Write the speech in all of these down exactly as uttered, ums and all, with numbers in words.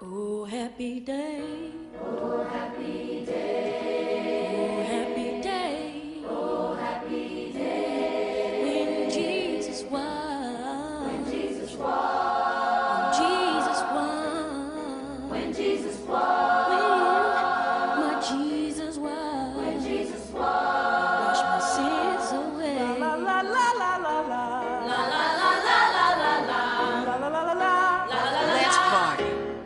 Oh, happy day. Oh, happy day. Oh, happy day. Oh, happy day. When Jesus won. When Jesus won. Jesus won. When Jesus won. When my Jesus won. When Jesus won. Wash my sins away. La la la la la la. La la la la la la la. La la la la la. La la la. Let's party.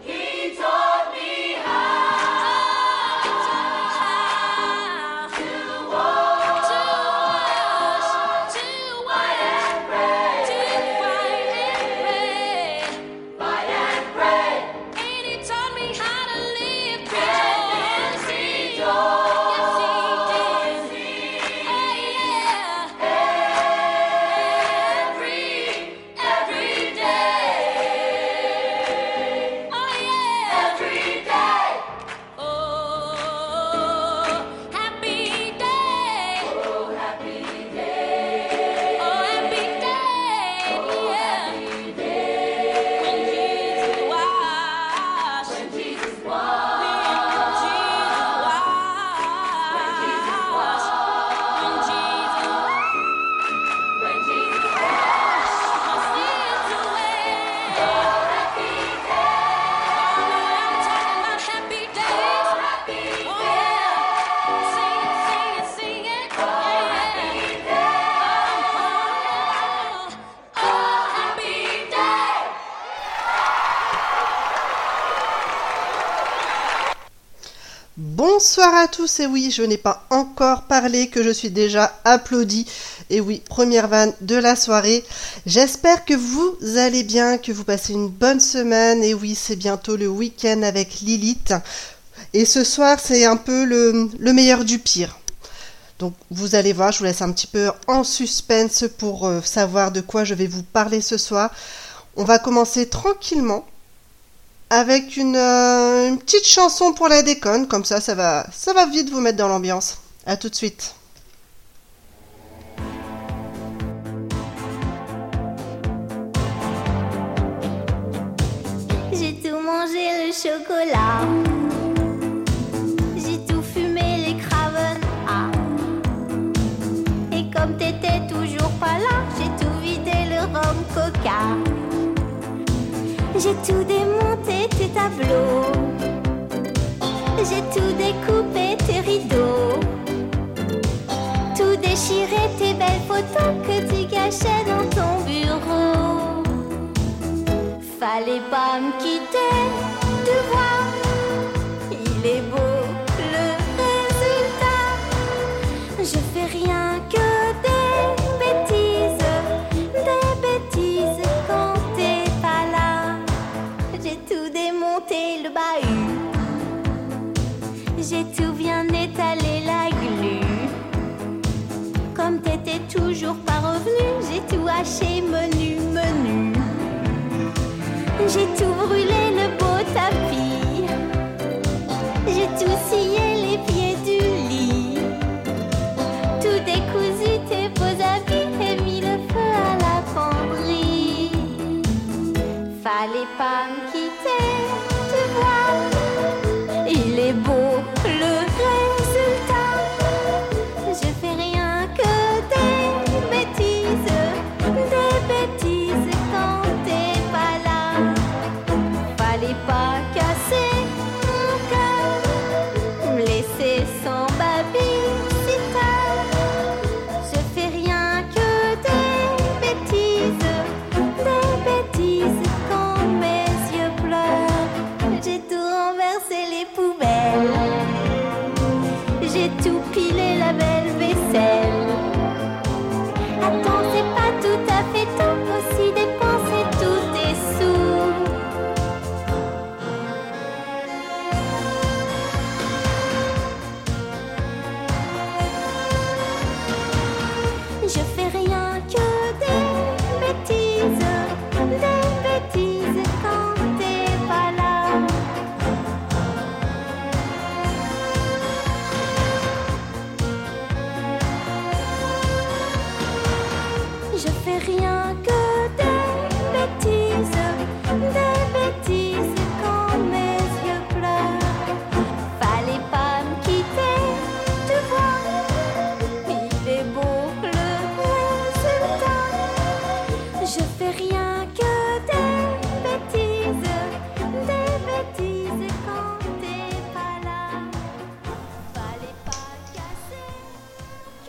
Bonsoir à tous, et oui, je n'ai pas encore parlé que je suis déjà applaudie. Et oui, première vanne de la soirée. J'espère que vous allez bien, que vous passez une bonne semaine. Et oui, c'est bientôt le week-end avec Lilith. Et ce soir, c'est un peu le, le meilleur du pire. Donc vous allez voir, je vous laisse un petit peu en suspense pour euh, savoir de quoi je vais vous parler ce soir. On va commencer tranquillement avec une, euh, une petite chanson pour la déconne, comme ça, ça va, ça va vite vous mettre dans l'ambiance. À tout de suite. J'ai tout mangé le chocolat, j'ai tout fumé les craven. Ah. Et comme t'étais toujours pas là, j'ai tout vidé le rhum coca. J'ai tout démonté tes tableaux, j'ai tout découpé tes rideaux, tout déchiré tes belles photos que tu cachais dans ton bureau. Fallait pas me quitter, tu vois, il est beau le résultat. Je fais rien que des bêtises, des bêtises quand t'es pas là. J'ai tout démonté le bahut, j'ai tout bien étalé la glu. Comme t'étais toujours pas revenu, j'ai tout haché menu menu. J'ai tout brûlé le beau tapis, j'ai tout scié les pieds du lit, tout décousu tes beaux habits et mis le feu à la penderie. Fallait pas me quitter, tu vois, il est beau le résultat. Je fais rien que des bêtises, des bêtises quand t'es pas là. Je fais rien que des bêtises, des bêtises quand t'es pas là. Fallait pas casser le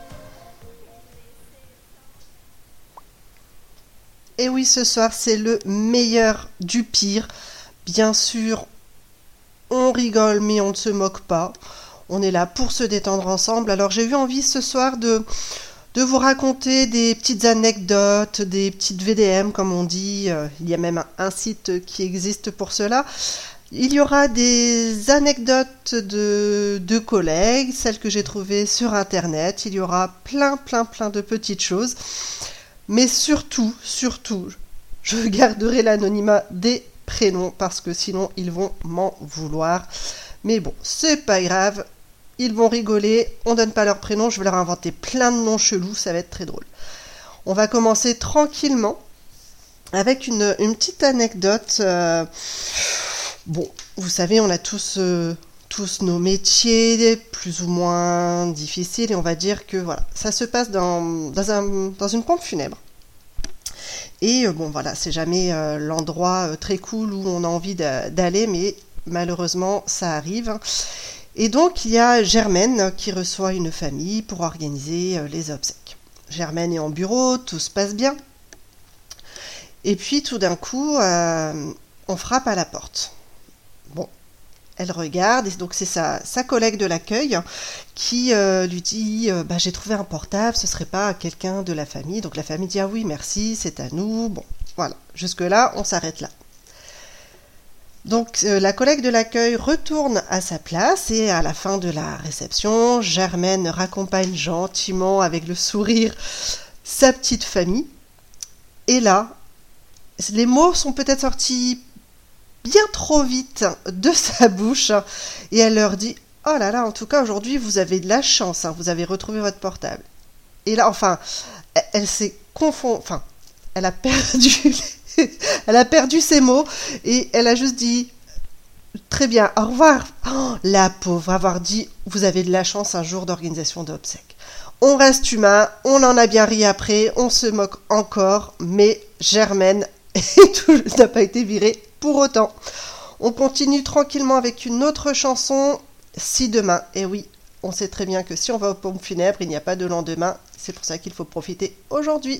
cœur. Et oui, ce soir, c'est le meilleur du pire. Bien sûr, on rigole, mais on ne se moque pas. On est là pour se détendre ensemble. Alors, j'ai eu envie ce soir de, de vous raconter des petites anecdotes, des petites V D M, comme on dit. Euh, il y a même un, un site qui existe pour cela. Il y aura des anecdotes de, de collègues, celles que j'ai trouvées sur Internet. Il y aura plein, plein, plein de petites choses. Mais surtout, surtout, je garderai l'anonymat des prénoms parce que sinon ils vont m'en vouloir. Mais bon, c'est pas grave, ils vont rigoler, on donne pas leur prénom, je vais leur inventer plein de noms chelous, ça va être très drôle. On va commencer tranquillement avec une, une petite anecdote. Euh, bon, vous savez, on a tous, euh, tous nos métiers plus ou moins difficiles et on va dire que voilà, ça se passe dans, dans, un, dans une pompe funèbre. Et euh, bon voilà, c'est jamais euh, l'endroit euh, très cool où on a envie d'a- d'aller, mais malheureusement ça arrive. Et donc il y a Germaine qui reçoit une famille pour organiser euh, les obsèques. Germaine est en bureau, tout se passe bien. Et puis tout d'un coup, euh, on frappe à la porte. Bon, elle regarde, et donc c'est sa, sa collègue de l'accueil qui euh, lui dit euh, bah, « J'ai trouvé un portable, ce serait pas quelqu'un de la famille ?» Donc la famille dit « Ah oui, merci, c'est à nous. » Bon, voilà, jusque-là, on s'arrête là. Donc euh, la collègue de l'accueil retourne à sa place et à la fin de la réception, Germaine raccompagne gentiment avec le sourire sa petite famille. Et là, les mots sont peut-être sortis bien trop vite de sa bouche et elle leur dit « Oh là là, en tout cas aujourd'hui vous avez de la chance, hein, vous avez retrouvé votre portable. » Et là, enfin, elle, elle s'est confondue, enfin, elle a perdu, elle a perdu ses mots et elle a juste dit « Très bien, au revoir. Oh, » La pauvre, avoir dit « Vous avez de la chance un jour d'organisation d'obsèques. » On reste humain, on en a bien ri après, on se moque encore, mais Germaine n'a pas été virée pour autant. On continue tranquillement avec une autre chanson, Si demain. Et oui, on sait très bien que si on va aux pompes funèbres, il n'y a pas de lendemain. C'est pour ça qu'il faut profiter aujourd'hui.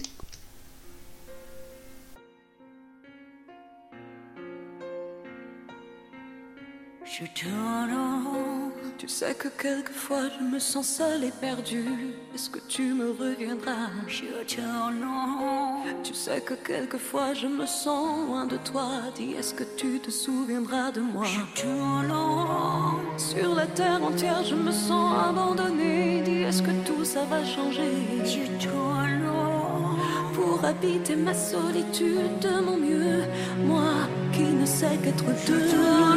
Je tourne. Tu sais que quelquefois je me sens seule et perdue. Est-ce que tu me reviendras? Je tourne. Tu sais que quelquefois je me sens loin de toi. Dis, est-ce que tu te souviendras de moi? Je tourne. Sur la terre entière je me sens abandonnée. Dis, est-ce que tout ça va changer? Je tourne. Pour habiter ma solitude de mon mieux, moi qui ne sais qu'être deux.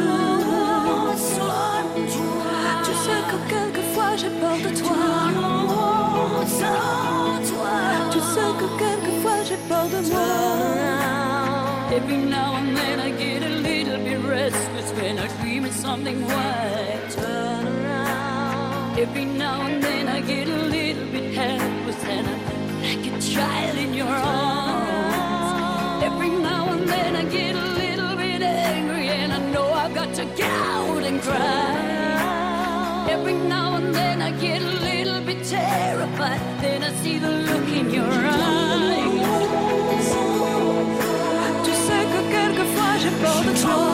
Tu sais que quelquefois j'ai peur de toi. Tu sais que quelquefois j'ai peur de moi. Every now and then I get a little bit restless when I dream of something white. Turn around. Every now and then I get a little bit helpless and I'm like a child in your arms. Every now and then I get a little bit angry and I know I've got to get out and cry. Every now and then I get a little bit terrified. Then I see the look in your eyes. Tu sais que quelquefois j'ai peur de toi.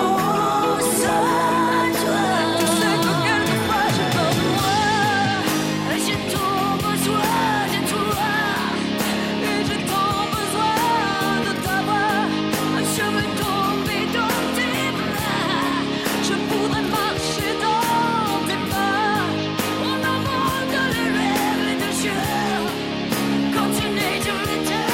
Tu sais que quelquefois j'ai peur de moi. J'ai trop besoin de toi. Et j'ai trop besoin de t'avoir. Je veux tomber dans tes bras. Je voudrais marcher dans tes pas. On invente les rêves de Dieu. Continuer to return.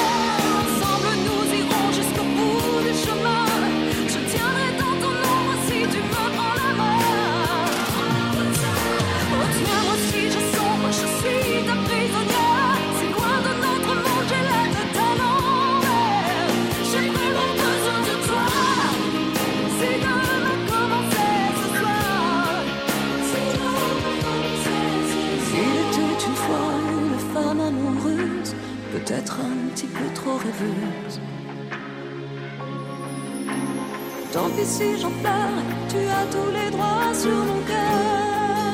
peu trop rêveuse. Tant pis si j'en pleure, tu as tous les droits sur mon cœur.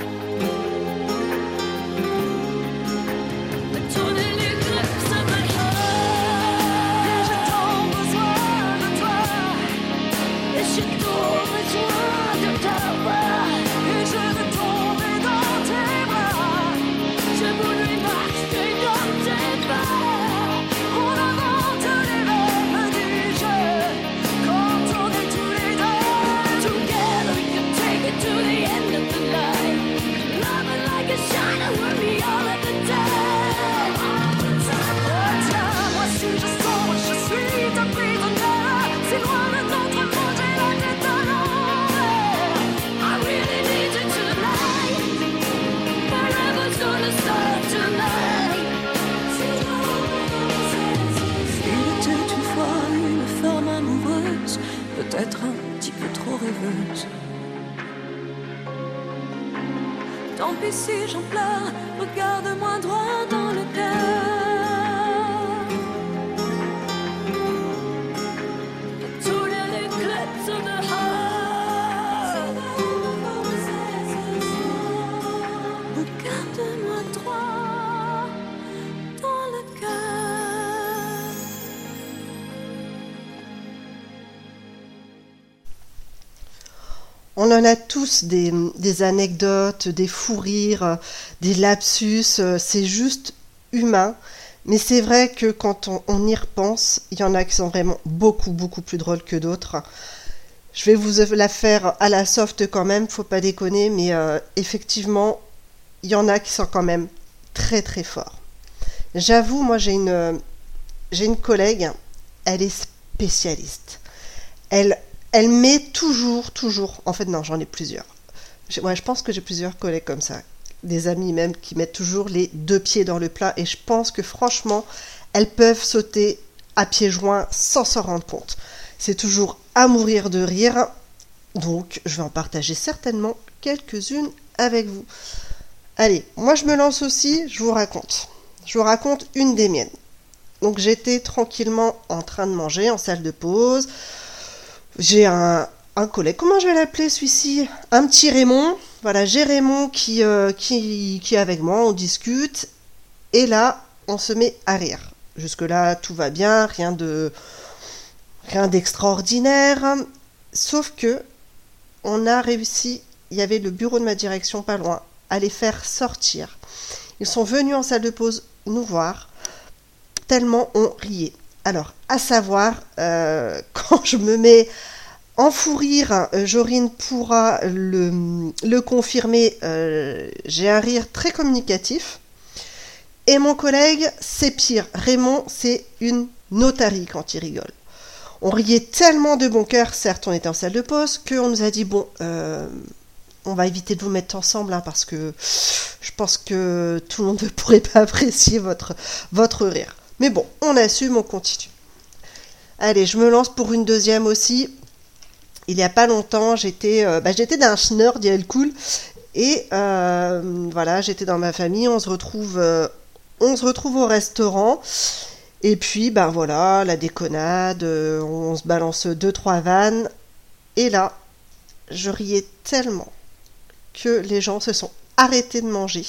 Tourner les greffes, ça m'aide. Et j'ai tant besoin de toi. Et j'ai trop besoin de ta voix. Et je veux tomber dans tes bras. Je voudrais marcher dans tes pas. On invente les rêves du jeu. Quand on est tous les deux together, we can take it to the end of the line. Love it like a shiner with me all of the time. Oh tiens, moi si je sens, je suis ta prisonnière. Si loin de notre monde, j'ai la tête à l'envers. I really need you tonight. Forever's gonna start tonight. Il était une fois une femme amoureuse, peut-être un petit peu trop rêveuse. Tant pis si j'en pleure, regarde-moi droit dans le cœur. Tous les eclipses of the heart. Regarde-moi droit dans le cœur. On en a tous des, des anecdotes, des fous rires, des lapsus, euh, c'est juste humain. Mais c'est vrai que quand on, on y repense, il y en a qui sont vraiment beaucoup, beaucoup plus drôles que d'autres. Je vais vous la faire à la soft quand même, faut pas déconner, mais euh, effectivement, il y en a qui sont quand même très, très forts. J'avoue, moi j'ai une, j'ai une collègue, elle est spécialiste. Elle Elle met toujours, toujours... En fait, non, j'en ai plusieurs. J'ai- Ouais, je pense que j'ai plusieurs collègues comme ça. Des amis même qui mettent toujours les deux pieds dans le plat. Et je pense que franchement, elles peuvent sauter à pieds joints sans s'en rendre compte. C'est toujours à mourir de rire. Donc, je vais en partager certainement quelques-unes avec vous. Allez, moi je me lance aussi, je vous raconte. Je vous raconte une des miennes. Donc, j'étais tranquillement en train de manger en salle de pause. J'ai un, un collègue, comment je vais l'appeler celui-ci? Un petit Raymond. Voilà, j'ai Raymond qui, euh, qui, qui est avec moi, on discute. Et là, on se met à rire. Jusque-là, tout va bien, rien de, rien d'extraordinaire. Sauf que, on a réussi, il y avait le bureau de ma direction pas loin, à les faire sortir. Ils sont venus en salle de pause nous voir, tellement on riait. Alors, à savoir, euh, quand je me mets en fou rire, euh, Jorine pourra le, le confirmer, euh, j'ai un rire très communicatif. Et mon collègue, c'est pire. Raymond, c'est une notarie quand il rigole. On riait tellement de bon cœur, certes on était en salle de pause, qu'on nous a dit, bon, euh, on va éviter de vous mettre ensemble, hein, parce que je pense que tout le monde ne pourrait pas apprécier votre, votre rire. Mais bon, on assume, on continue. Allez, je me lance pour une deuxième aussi. Il n'y a pas longtemps, j'étais, euh, bah, j'étais d'un Schneur d'Yel Cool. Et euh, voilà, j'étais dans ma famille, on se retrouve, euh, on se retrouve au restaurant. Et puis, ben voilà, la déconnade, euh, on se balance deux, trois vannes. Et là, je riais tellement que les gens se sont arrêtés de manger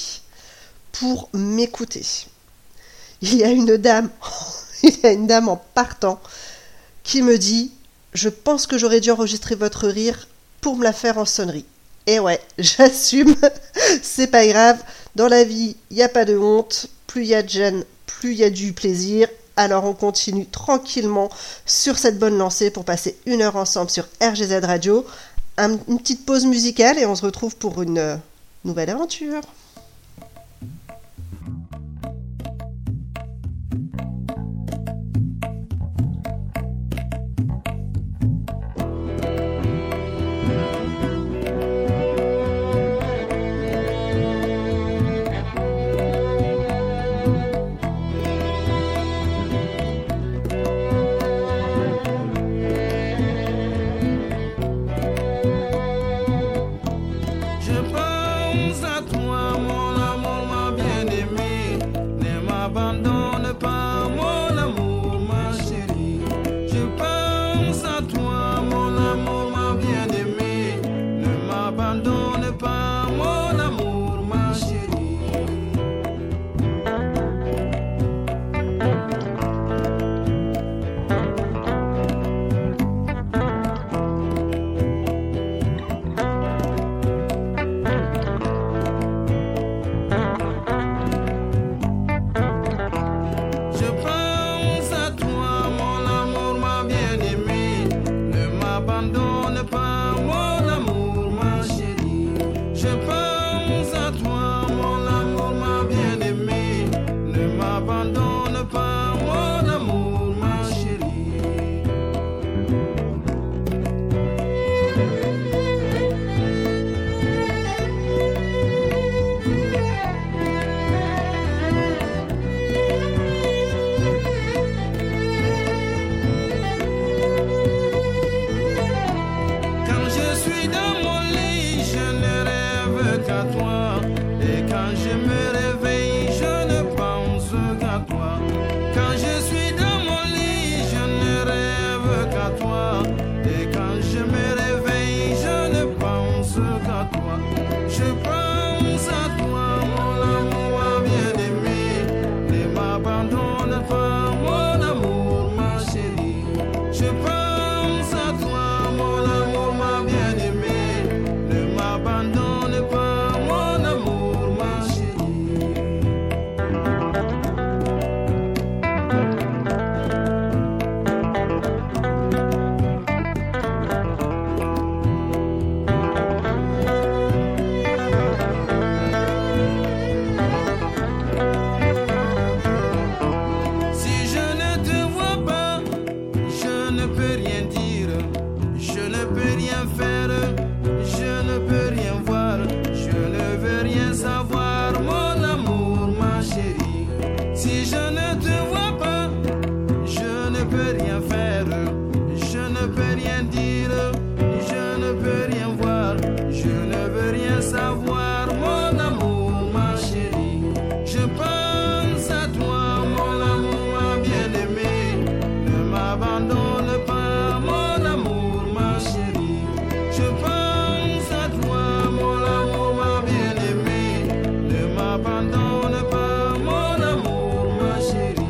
pour m'écouter. Il y a une dame, il y a une dame en partant qui me dit « Je pense que j'aurais dû enregistrer votre rire pour me la faire en sonnerie. » Et ouais, j'assume, c'est pas grave. Dans la vie, il n'y a pas de honte. Plus il y a de gêne, plus il y a du plaisir. Alors on continue tranquillement sur cette bonne lancée pour passer une heure ensemble sur R G Z Radio. Un, une petite pause musicale et on se retrouve pour une euh, nouvelle aventure. Je pense à toi, peux rien faire, je ne peux rien dire, je ne peux rien voir, je ne veux rien savoir, mon amour, ma chérie. Je pense à toi, mon amour, ma bien-aimée. Ne m'abandonne pas, mon amour, ma chérie. Je pense à toi, mon amour, ma bien-aimée. Ne m'abandonne pas, mon amour, ma chérie.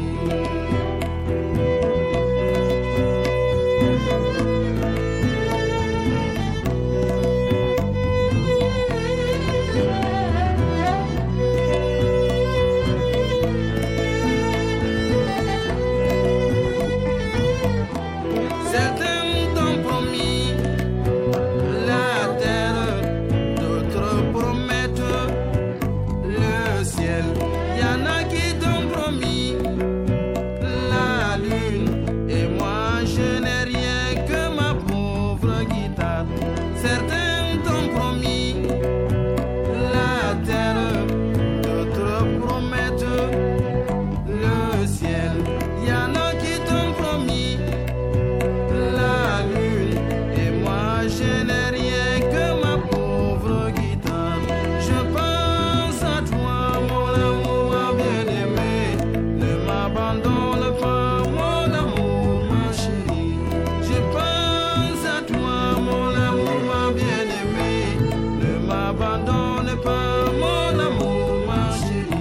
Certains t'ont promis la terre, d'autres promettent le ciel. Y en a qui t'ont promis la lune, et moi je n'ai rien que ma pauvre guitare. Certains t'ont promis la terre, d'autres promettent le ciel. Y en a qui t'ont promis la lune, et moi je n'ai rien que ma pauvre guitare. Je pense à toi, mon amour, ma bien-aimée. Ne m'abandonne pas, mon amour, ma chérie. Je pense à toi, mon amour, ma bien-aimée. Ne m'abandonne pas, mon amour, ma chérie.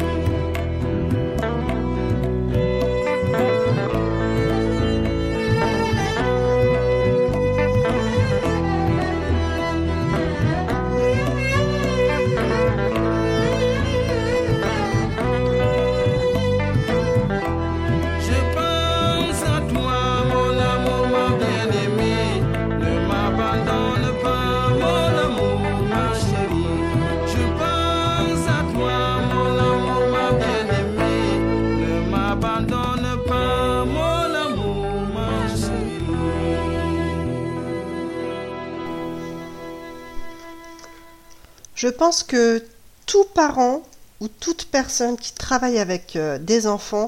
Je pense à toi, mon amour, ma bien-aimée. Ne m'abandonne pas, mon amour, ma chérie. Je pense à toi, mon amour, ma bien-aimée. Ne m'abandonne pas, mon amour, ma chérie. Je pense que tout parent ou toute personne qui travaille avec euh, des enfants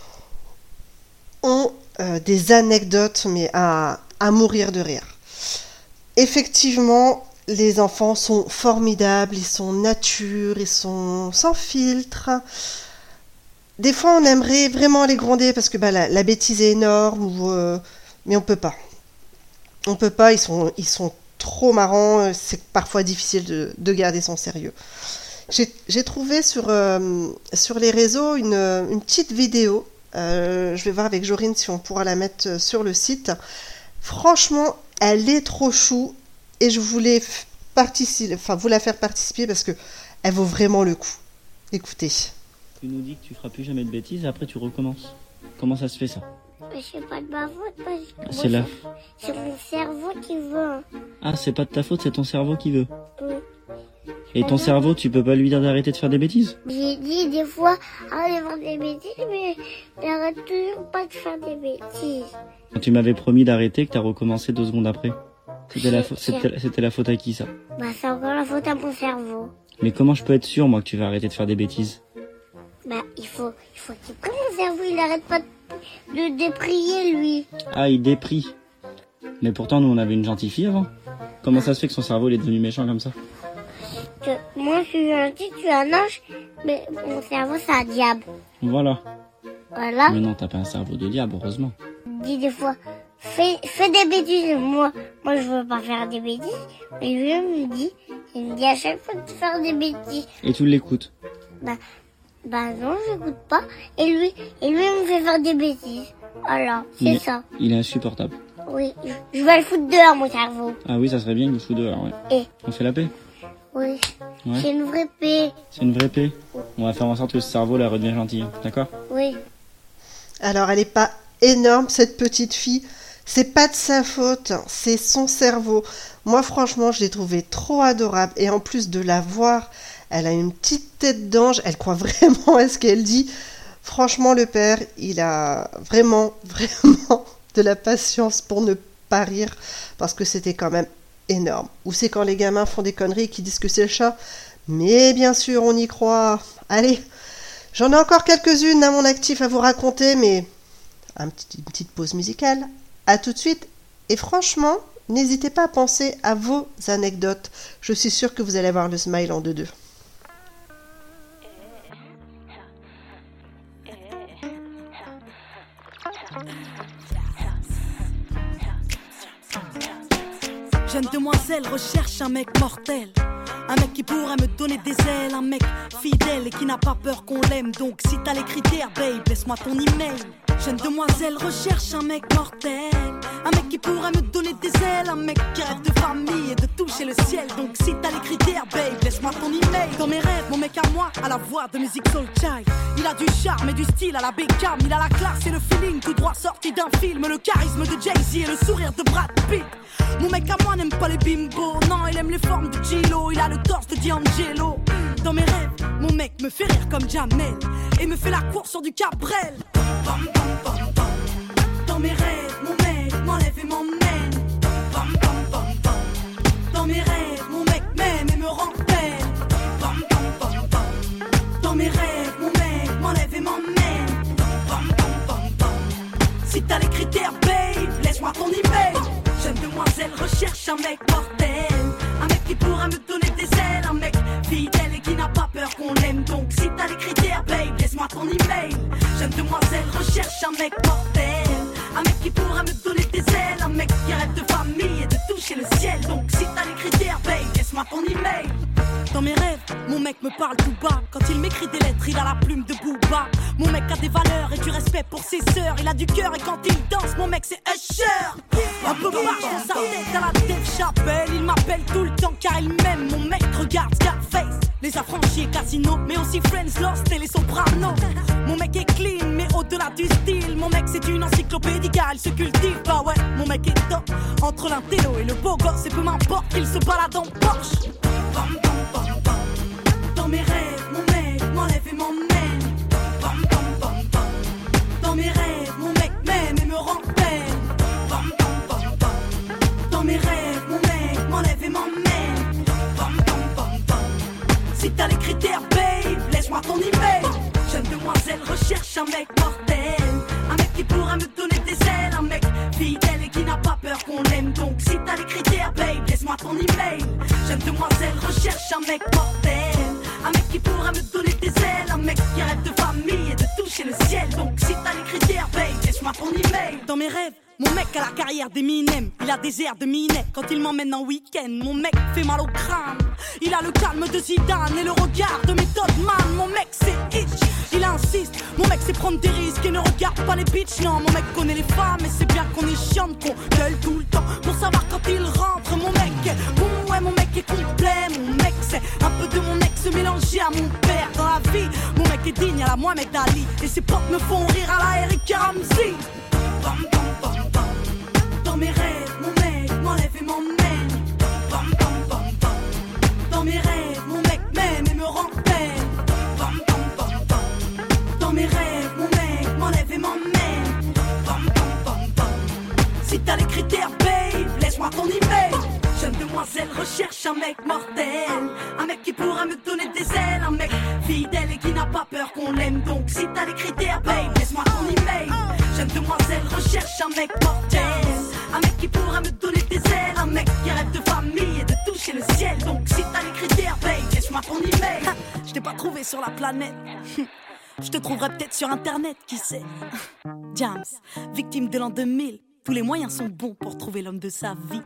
ont euh, des anecdotes, mais à, à mourir de rire. Effectivement, les enfants sont formidables, ils sont nature, ils sont sans filtre. Des fois, on aimerait vraiment les gronder parce que bah, la, la bêtise est énorme, ou, euh, mais on peut pas. On peut pas, ils sont, ils sont trop marrants, c'est parfois difficile de, de garder son sérieux. J'ai, j'ai trouvé sur, euh, sur les réseaux une, une petite vidéo. Euh, je vais voir avec Jorine si on pourra la mettre sur le site. Franchement, elle est trop chou et je voulais f- participer, enfin, vous la faire participer parce que elle vaut vraiment le coup. Écoutez. Tu nous dis que tu feras plus jamais de bêtises et après tu recommences. Comment ça se fait ça? Mais c'est pas de ma faute, parce que C'est moi, là. c'est- c'est mon cerveau qui veut. Ah, c'est pas de ta faute, c'est ton cerveau qui veut. Oui. Et ton cerveau, tu peux pas lui dire d'arrêter de faire des bêtises? J'ai dit des fois, arrête de faire des bêtises, mais il arrête toujours pas de faire des bêtises. Quand tu m'avais promis d'arrêter, que t'as recommencé deux secondes après. C'était la, fa- C'est- c'était, c'était la faute à qui ça? Bah, c'est encore la faute à mon cerveau. Mais comment je peux être sûr, moi, que tu vas arrêter de faire des bêtises? Bah, il faut, il faut qu'il prenne mon cerveau, il arrête pas de, de déprier, lui. Ah, il déprie. Mais pourtant, nous, on avait une gentille fille avant. Comment ça se fait que son cerveau il est devenu méchant comme ça? Que moi, je suis gentil, tu es un ange, mais mon cerveau, c'est un diable. Voilà. Voilà. Mais non, t'as pas un cerveau de diable, heureusement. Il dit des fois, fais, fais des bêtises. Moi, moi, je veux pas faire des bêtises. Mais lui, il me dit, il me dit à chaque fois de faire des bêtises. Et tu l'écoutes. Bah, bah non, j'écoute pas. Et lui, et lui, il me fait faire des bêtises. Voilà, c'est Il est- ça. Il est insupportable. Oui, je, je vais le foutre dehors, mon cerveau. Ah oui, ça serait bien que le fous dehors, ouais. Et, On fait la paix? oui, Ouais. c'est une vraie paix. C'est une vraie paix. On va faire en sorte que ce cerveau là redevienne gentil, hein. D'accord? Oui. Alors, elle n'est pas énorme, cette petite fille. C'est pas de sa faute, c'est son cerveau. Moi, franchement, je l'ai trouvée trop adorable. Et en plus de la voir, elle a une petite tête d'ange. Elle croit vraiment à ce qu'elle dit. Franchement, le père, il a vraiment, vraiment de la patience pour ne pas rire. Parce que c'était quand même énorme. Ou c'est quand les gamins font des conneries et qu'ils disent que c'est le chat. Mais bien sûr, on y croit. Allez, j'en ai encore quelques-unes à mon actif à vous raconter, mais un petit, une petite pause musicale. À tout de suite. Et franchement, n'hésitez pas à penser à vos anecdotes. Je suis sûre que vous allez avoir le smile en deux-deux. Jeune demoiselle recherche un mec mortel. Un mec qui pourrait me donner des ailes. Un mec fidèle et qui n'a pas peur qu'on l'aime. Donc si t'as les critères, babe, laisse-moi ton email. Jeune demoiselle recherche un mec mortel. Un mec qui pourrait me donner des ailes. Un mec qui rêve de famille et de toucher le ciel. Donc si t'as les critères, babe, laisse-moi ton email. Dans mes rêves, mon mec à moi a la voix de musique soul child. Il a du charme et du style à la Beckham. Il a la classe et le feeling tout droit sorti d'un film. Le charisme de Jay-Z et le sourire de Brad Pitt. Mon mec à moi n'aime pas les bimbos. Non, il aime les formes de Gilo. Il a le torse de D'Angelo. Dans mes rêves, mon mec me fait rire comme Jamel et me fait la course sur du Cabrel. Bam, bam, bam, bam. Dans mes rêves, mon mec m'enlève et m'emmène. Bam, bam, bam, bam. Dans mes rêves, mon mec m'aime et me rend belle. Bam, bam, bam, bam. Dans mes rêves, mon mec m'enlève et m'emmène. Bam, bam, bam, bam. Si t'as les critères, babe, laisse-moi ton email. Jeune demoiselle recherche un mec mortel. Un mec qui pourra me donner des ailes. Un mec fidèle et qui n'a pas peur qu'on l'aime. Donc si t'as les critères, babe, laisse-moi ton email. Jeune demoiselle recherche un mec mortel. Un mec qui pourra me donner des ailes. Un mec qui rêve de famille et de toucher le ciel. Donc si t'as les critères, babe, laisse-moi ton email. Dans mes rêves, mon mec me parle tout bas. Quand il m'écrit des lettres, il a la plume de Booba. Mon mec a des valeurs et du respect pour ses sœurs. Il a du cœur et quand il danse, mon mec c'est Usher. Un peu marche dans sa tête à la Dave Chappelle. Il m'appelle tout le temps car il m'aime. Mon mec regarde Scarface, les affranchis et Casino, mais aussi Friends, Lost et les Sopranos. Mon mec est clean, mais au-delà du style, mon mec c'est une encyclopédie car il se cultive. Bah ouais, mon mec est top. Entre l'intello et le beau gosse, et peu m'importe qu'il se balade en Porsche. Bam, bam, bam, bam. Dans mes rêves, mon mec m'enlève et m'emmène. Bam, bam, bam, bam. Dans mes rêves, mon mec m'aime et me rend belle. Bam, bam, bam, bam. Dans mes rêves, mon mec m'enlève et m'emmène. Bam, bam, bam, bam. Si t'as les critères, babe, laisse-moi ton email. Jeune demoiselle recherche un mec mortel. Un mec qui pourra me donner des ailes. Un mec fidèle et qui n'a pas peur qu'on l'aime. Donc si t'as les critères, babe, laisse-moi ton email. Jeune demoiselle recherche un mec mortel. Un mec qui pourra me donner des ailes. Un mec qui rêve de famille et de toucher le ciel. Donc si t'as les critères, babe, laisse-moi ton email. Dans mes rêves, mon mec a la carrière d'Eminem. Il a des airs de Minet quand il m'emmène en week-end. Mon mec fait mal au crâne. Il a le calme de Zidane et le regard de Method Man. Mon mec c'est Hitch, il insiste. Mon mec c'est prendre des risques et ne regarde pas les bitches. Non, mon mec connaît les femmes et c'est bien qu'on est chiante, qu'on gueule tout le temps pour savoir quand il rentre. Mon mec est bon, ouais, mon mec est complet. Mon mec c'est un peu de mon ex mélangé à mon père dans la vie. Mon mec est digne à la Mohamed Ali et ses potes me font rire à la Eric Ramsey. Bam, bam, bam, bam. Dans mes rêves, mon mec m'enlève et m'emmène. Bam, bam, bam, bam. Dans mes rêves, mon mec m'aime et me rend belle. Bam, bam, bam, bam. Dans mes rêves, mon mec m'enlève et m'emmène. Bam, bam, bam, bam. Si t'as les critères, babe, laisse-moi ton email. Jeune demoiselle recherche un mec mortel. Un mec qui pourra me donner des ailes. Un mec fidèle et qui n'a pas peur qu'on l'aime. Donc si t'as les critères, babe, laisse-moi ton email. Jeune demoiselle recherche un mec mortel. Un mec qui pourra me donner des ailes. Un mec qui rêve de famille et de toucher le ciel. Donc si t'as les critères, babe, laisse-moi ton email. Je t'ai pas trouvé sur la planète. Je te trouverai peut-être sur internet, qui sait. James, victime de l'an deux mille. Tous les moyens sont bons pour trouver l'homme de sa vie.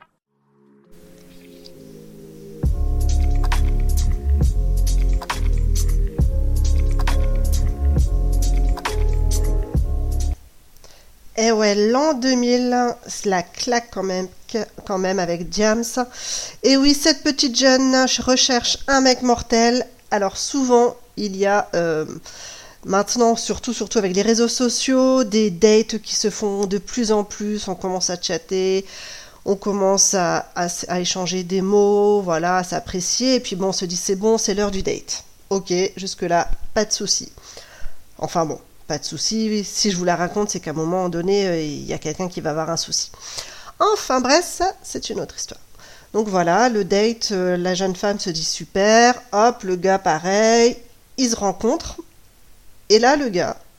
Et ouais, l'an deux mille, cela claque quand même, quand même avec James. Et oui, cette petite jeune recherche un mec mortel. Alors souvent, il y a euh, maintenant, surtout, surtout avec les réseaux sociaux, des dates qui se font de plus en plus. On commence à chatter, on commence à, à, à échanger des mots, voilà, à s'apprécier. Et puis bon, on se dit c'est bon, c'est l'heure du date. Ok, jusque-là, pas de souci. Enfin bon. Pas de souci, si je vous la raconte, c'est qu'à un moment donné, euh, il y a quelqu'un qui va avoir un souci. Enfin bref, ça, c'est une autre histoire. Donc voilà, le date, euh, la jeune femme se dit super, hop, le gars pareil, ils se rencontrent. Et là, le gars,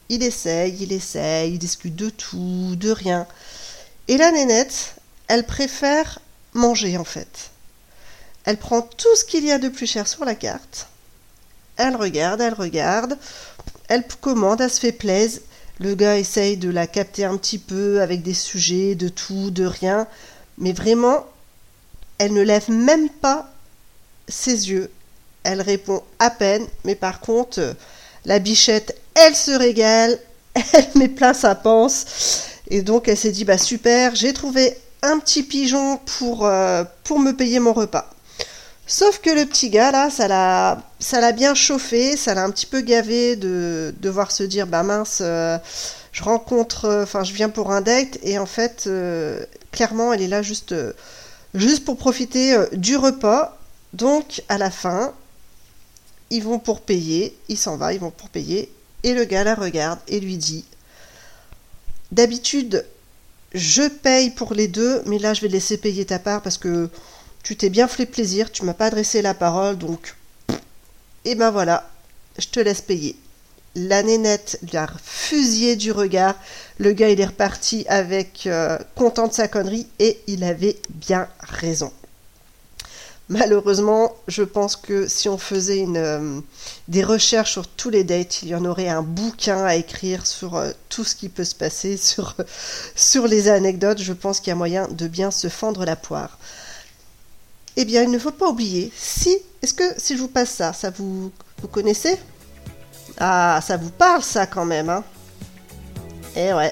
Il essaye, il essaye, il discute de tout, de rien. Et la nénette, elle préfère manger en fait. Elle prend tout ce qu'il y a de plus cher sur la carte. Elle regarde, elle regarde. Elle commande, elle se fait plaisir. Le gars essaye de la capter un petit peu avec des sujets, de tout, de rien. Mais vraiment, elle ne lève même pas ses yeux. Elle répond à peine. Mais par contre, la bichette, elle se régale. Elle met plein sa panse. Et donc, elle s'est dit, bah super, j'ai trouvé un petit pigeon pour, euh, pour me payer mon repas. Sauf que le petit gars, là, ça l'a, ça l'a bien chauffé, ça l'a un petit peu gavé de devoir se dire, bah mince, euh, je rencontre, enfin, euh, je viens pour un date, et en fait, euh, clairement, elle est là juste, euh, juste pour profiter euh, du repas. Donc, à la fin, ils vont pour payer, il s'en va, ils vont pour payer, et le gars la regarde et lui dit, d'habitude, je paye pour les deux, mais là, je vais laisser payer ta part parce que tu t'es bien fait plaisir, tu m'as pas adressé la parole, donc... Et ben voilà, je te laisse payer. La nénette lui a fusillé du regard. Le gars, il est reparti avec euh, content de sa connerie, et il avait bien raison. Malheureusement, je pense que si on faisait une, euh, des recherches sur tous les dates, il y en aurait un bouquin à écrire sur euh, tout ce qui peut se passer, sur, euh, sur les anecdotes. Je pense qu'il y a moyen de bien se fendre la poire. Eh bien, il ne faut pas oublier, si, est-ce que si je vous passe ça, ça vous, vous connaissez? Ah, ça vous parle ça quand même, hein? Eh ouais.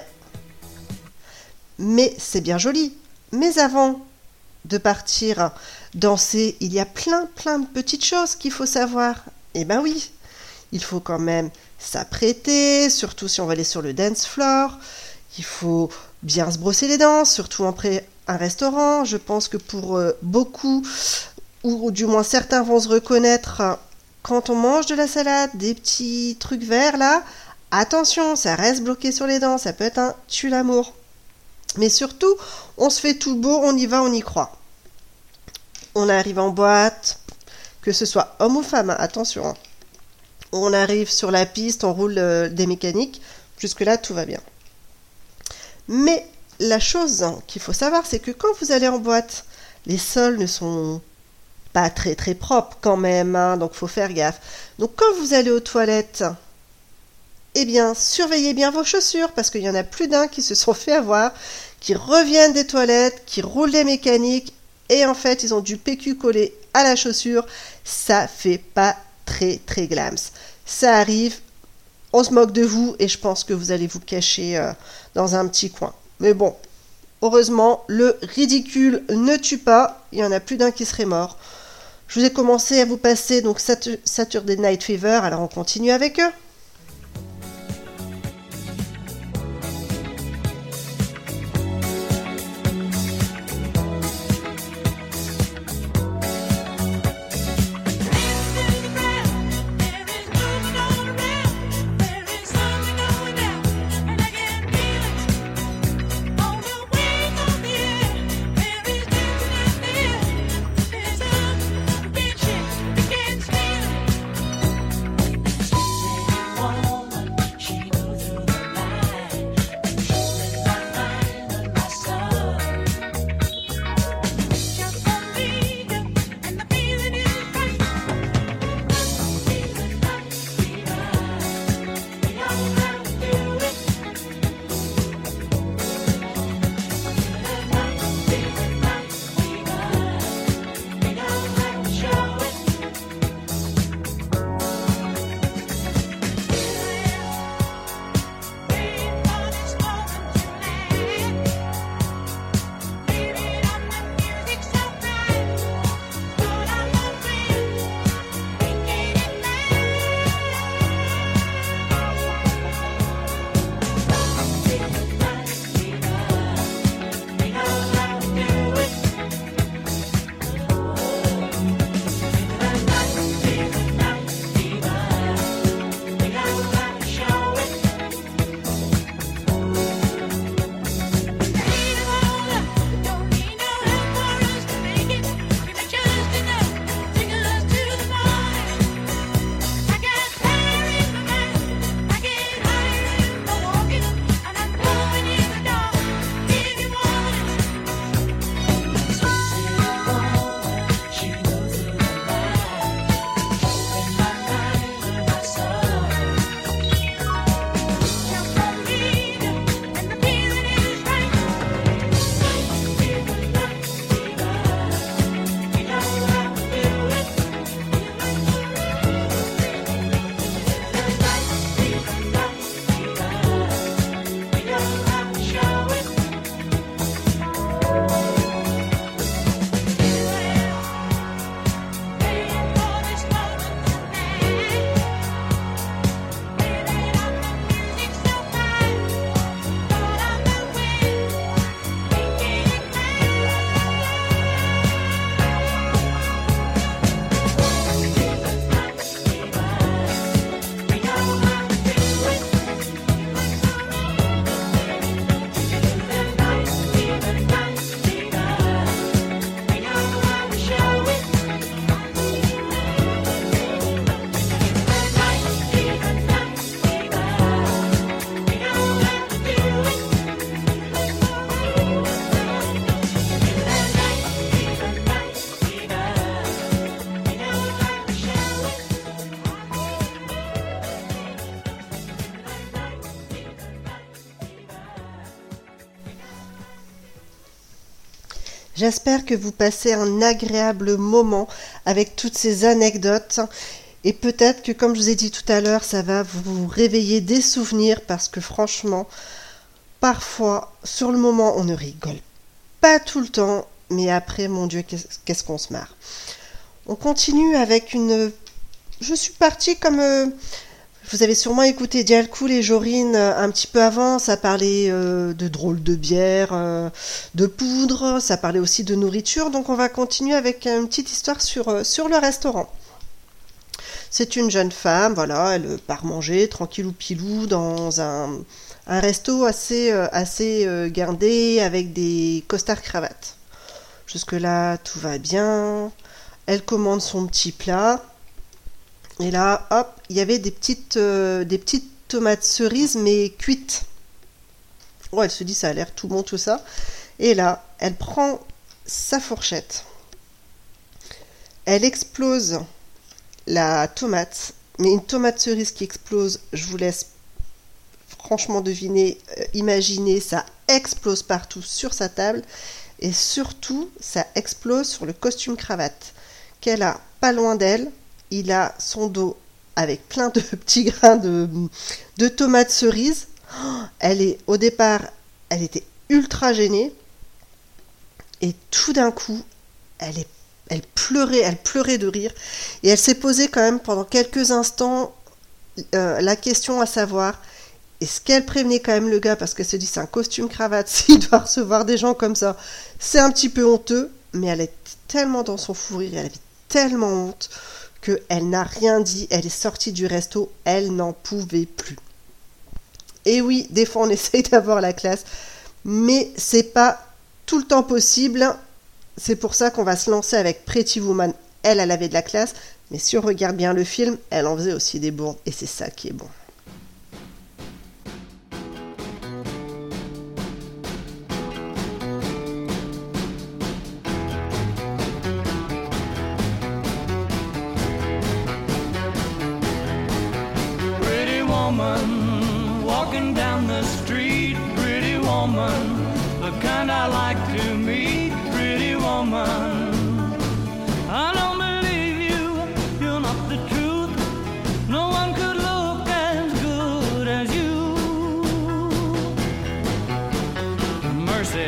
Mais c'est bien joli. Mais avant de partir danser, il y a plein, plein de petites choses qu'il faut savoir. Eh ben oui, il faut quand même s'apprêter, surtout si on va aller sur le dance floor. Il faut bien se brosser les dents, surtout après un restaurant. Je pense que pour euh, beaucoup, ou, ou du moins certains vont se reconnaître, euh, quand on mange de la salade, des petits trucs verts là, attention, ça reste bloqué sur les dents, ça peut être un tue-l'amour. Mais surtout, on se fait tout beau, on y va, on y croit. On arrive en boîte, que ce soit homme ou femme, hein, attention. Hein. On arrive sur la piste, on roule euh, des mécaniques, jusque-là tout va bien. Mais la chose qu'il faut savoir, c'est que quand vous allez en boîte, les sols ne sont pas très très propres quand même, hein, donc il faut faire gaffe. Donc quand vous allez aux toilettes, eh bien surveillez bien vos chaussures, parce qu'il y en a plus d'un qui se sont fait avoir, qui reviennent des toilettes, qui roulent les mécaniques, et en fait ils ont du P Q collé à la chaussure. Ça fait pas très très glams. Ça arrive, on se moque de vous, et je pense que vous allez vous cacher euh, dans un petit coin. Mais bon, heureusement, le ridicule ne tue pas. Il y en a plus d'un qui serait mort. Je vous ai commencé à vous passer donc Saturday Night Fever. Alors on continue avec eux. J'espère que vous passez un agréable moment avec toutes ces anecdotes. Et peut-être que, comme je vous ai dit tout à l'heure, ça va vous réveiller des souvenirs parce que franchement, parfois, sur le moment, on ne rigole pas tout le temps, mais après, mon Dieu, qu'est-ce qu'on se marre. On continue avec une... Je suis partie comme... Euh... Vous avez sûrement écouté Dialcool et Jorine un petit peu avant, ça parlait euh, de drôles de bière, euh, de poudre, ça parlait aussi de nourriture, donc on va continuer avec une petite histoire sur, euh, sur le restaurant. C'est une jeune femme, voilà, elle part manger tranquillou pilou dans un, un resto assez, euh, assez euh, guindé avec des costards cravates. Jusque-là, tout va bien. Elle commande son petit plat. Et là, hop, il y avait des petites, euh, des petites tomates cerises, mais cuites. Oh, elle se dit, ça a l'air tout bon, tout ça. Et là, elle prend sa fourchette. Elle explose la tomate, mais une tomate cerise qui explose, je vous laisse franchement deviner, euh, imaginer, ça explose partout sur sa table et surtout ça explose sur le costume cravate qu'elle a pas loin d'elle. Il a son dos avec plein de petits grains de, de tomates cerises. Oh, elle est au départ, elle était ultra gênée et tout d'un coup, elle est Elle pleurait, elle pleurait de rire. Et elle s'est posée quand même pendant quelques instants euh, la question à savoir, est-ce qu'elle prévenait quand même le gars parce qu'elle se dit c'est un costume cravate, s'il doit recevoir des gens comme ça, c'est un petit peu honteux. Mais elle était tellement dans son fou rire, elle avait tellement honte qu'elle n'a rien dit. Elle est sortie du resto, elle n'en pouvait plus. Et oui, des fois on essaye d'avoir la classe, mais c'est pas tout le temps possible. C'est pour ça qu'on va se lancer avec Pretty Woman. Elle, elle avait de la classe, mais si on regarde bien le film, elle en faisait aussi des bourdes, et c'est ça qui est bon. Pretty woman, walking down the street, pretty woman, the kind I like to meet. Pretty woman, I don't believe you, you're not the truth. No one could look as good as you. Mercy.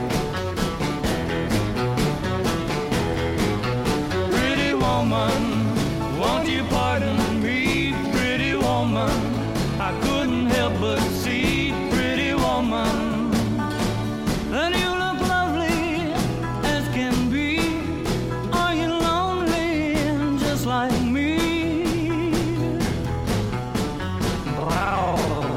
Pretty woman, won't you pardon me? Pretty woman, I couldn't help but see. Pretty woman, and you look lovely as can be. Are you lonely just like me? Wow.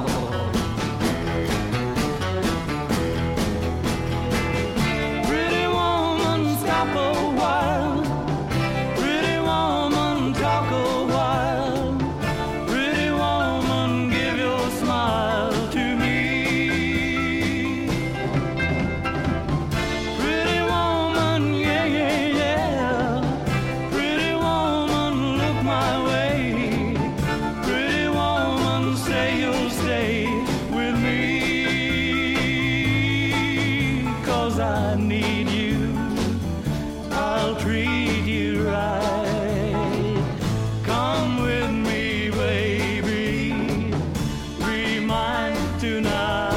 Pretty woman, stop a while. Pretty woman, talk a while. Pretty woman, give your smile to me. Pretty woman, yeah, yeah, yeah. Pretty woman, look my way. Pretty woman, say you'll stay with me. 'Cause I need you, I'll treat you right. Come with me, baby, be mine tonight.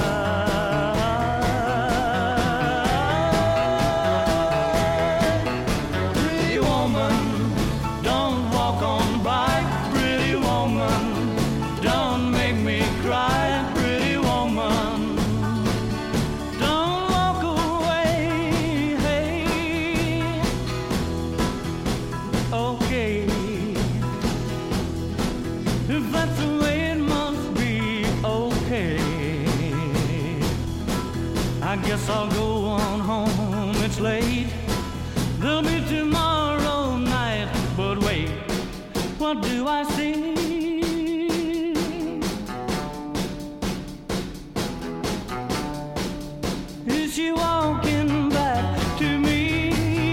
Pretty woman, don't walk on by. Pretty woman, don't make me cry. Pretty woman, don't walk away. Hey, okay, if that's the way it must be, okay. I guess I'll go on home, it's late. There'll be tomorrow night, but wait, what do I see? Is she walking back to me?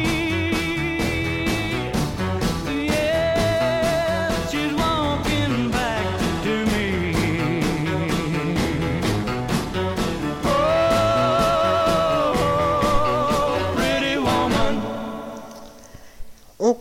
Yeah, she's walking back to me. Oh, pretty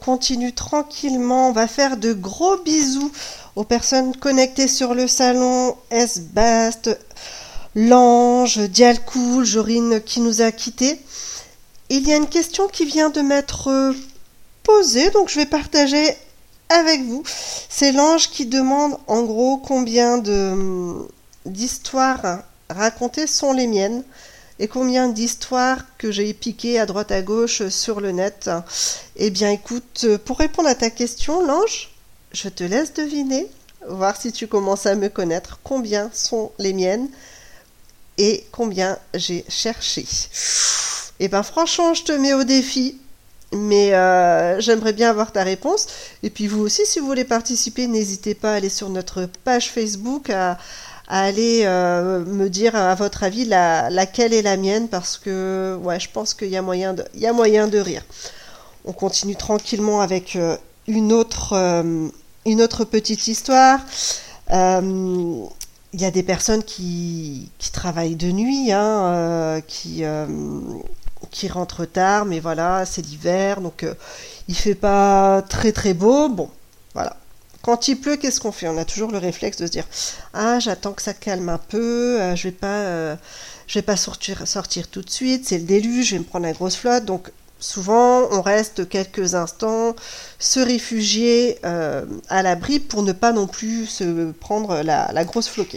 continue tranquillement. On va faire de gros bisous aux personnes connectées sur le salon. S-Bast, Lange, Dialcool, Jorine qui nous a quittés. Il y a une question qui vient de m'être posée, donc je vais partager avec vous. C'est Lange qui demande en gros combien de, d'histoires racontées sont les miennes. Et combien d'histoires que j'ai piquées à droite à gauche sur le net. Eh bien écoute, pour répondre à ta question, Lange, je te laisse deviner, voir si tu commences à me connaître, combien sont les miennes et combien j'ai cherché. Eh bien franchement, je te mets au défi, mais euh, j'aimerais bien avoir ta réponse. Et puis vous aussi, si vous voulez participer, n'hésitez pas à aller sur notre page Facebook, à... à aller euh, me dire à votre avis la, laquelle est la mienne, parce que ouais, je pense qu'il y a moyen de, il y a moyen de rire. On continue tranquillement avec euh, une autre euh, une autre petite histoire. Euh, il y a des personnes qui, qui travaillent de nuit, hein, euh, qui euh, qui rentrent tard, mais voilà, c'est l'hiver, donc euh, il fait pas très très beau. Bon, voilà. Quand il pleut, qu'est-ce qu'on fait? On a toujours le réflexe de se dire « Ah, j'attends que ça calme un peu, euh, je vais pas, euh, je vais pas sortir, sortir tout de suite, c'est le déluge, je vais me prendre la grosse flotte. » Donc, souvent, on reste quelques instants, se réfugier euh, à l'abri pour ne pas non plus se prendre la, la grosse floquée.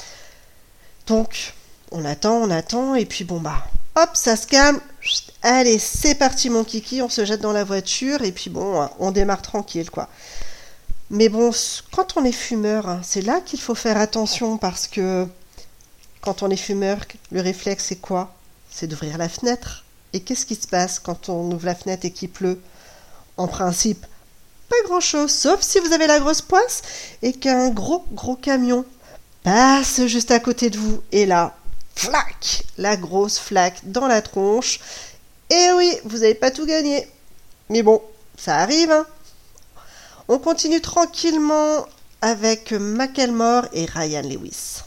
Donc, on attend, on attend, et puis bon, bah, hop, ça se calme. Chut, allez, c'est parti, mon kiki, on se jette dans la voiture, et puis bon, on démarre tranquille, quoi. Mais bon, quand on est fumeur, c'est là qu'il faut faire attention, parce que quand on est fumeur, le réflexe c'est quoi? C'est d'ouvrir la fenêtre. Et qu'est-ce qui se passe quand on ouvre la fenêtre et qu'il pleut? En principe, pas grand-chose, sauf si vous avez la grosse poisse et qu'un gros gros camion passe juste à côté de vous. Et là, flac, la grosse flaque dans la tronche. Et oui, vous n'avez pas tout gagné. Mais bon, ça arrive, hein. On continue tranquillement avec Macklemore et Ryan Lewis.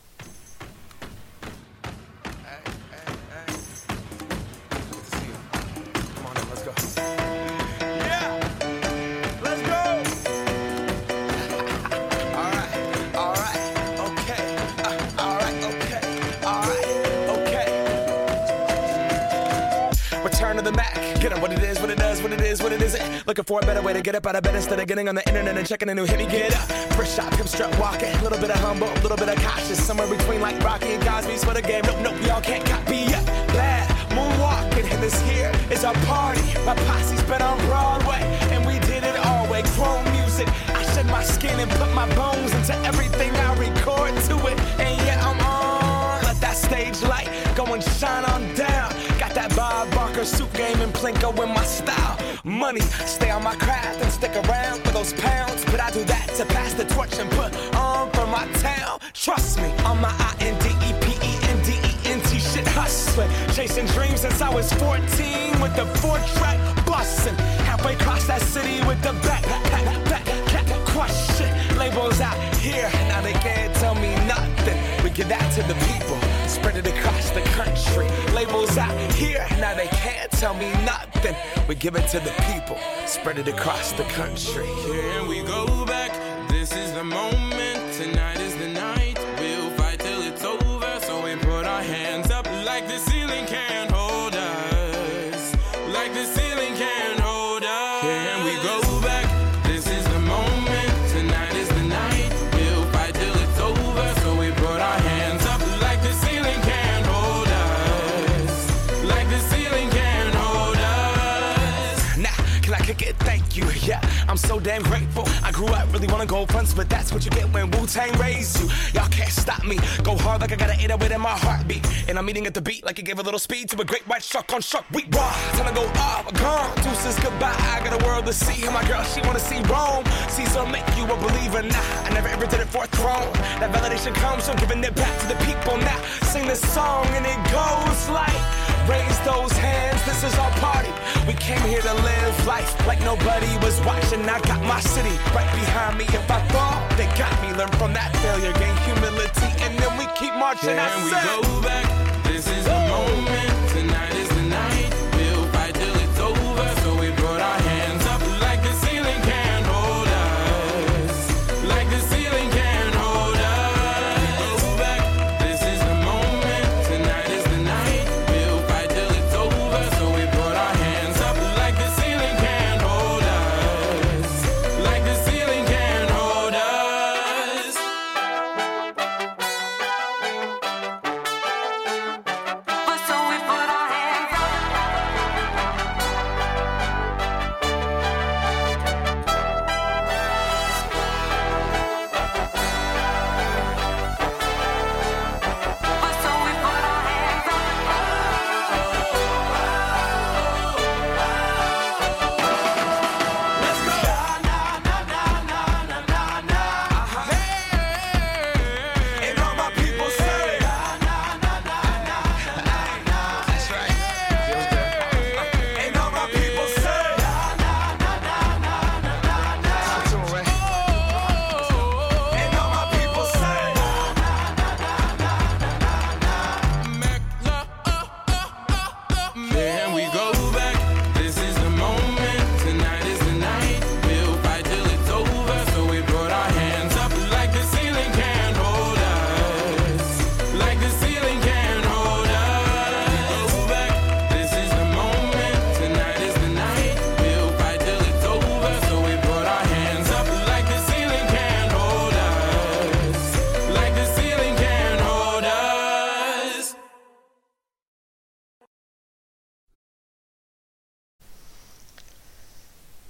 What it is, what it does, what it is, what it isn't. Looking for a better way to get up out of bed instead of getting on the internet and checking a new hit. Me get up, first shot, pimp strut walking. A little bit of humble, a little bit of cautious. Somewhere between like Rocky and Cosby's for the game. Nope, nope, y'all can't copy yet. Glad moonwalking, and this here is our party. My posse's been on Broadway, and we did it all way. Chrome music, I shed my skin and put my bones into everything I record to it. And yeah, I'm on. Let that stage light go and shine on down. Got that Bob Barker suit game and Plinko in my style. Money, stay on my craft and stick around for those pounds. But I do that to pass the torch and put on for my town. Trust me, on my I N D E P E N D E N T shit hustling. Chasing dreams since I was fourteen with the four track bustin'. Halfway across that city with the back, back, back, back, crush shit. Labels out here, now they can't tell me nothing. We give that to the people, spread it across the country. Labels out here, now they can't tell me nothing. We give it to the people, spread it across the country. Here we go back, this is the moment, tonight is the night. We'll fight till it's over, so we put our hands up like the ceiling can't hold us. Like the ceiling can't hold us. Here we go back, this is the moment, tonight is the night. We'll fight till it's over, so we put our hands up like the ceiling can't hold us. Like the ceiling can't hold us. Nah, can I kick it? Thank you, yeah. I'm so damn grateful. I grew up really wanna go fronts, but that's what you get when Wu-Tang raised you. Y'all can't stop me. Go hard like I got an eight oh eight in my heartbeat. And I'm eating at the beat like it gave a little speed to a great white shark on shark. We raw. Time to go off, gone. Deuces goodbye. I got a world to see. And my girl, she wanna see Rome. Caesar make you a believer. Nah, I never ever did it for a throne. That validation comes from giving it back to the people. Now sing this song and it goes like, raise those hands, this is our party. We came here to live life like nobody was watching. I got my city right behind me. If I fall, they got me. Learn from that failure, gain humility, and then we keep marching. Can I we said, go back? This is the moment. Tonight is the night. We'll fight till it's over. So we put our hands up.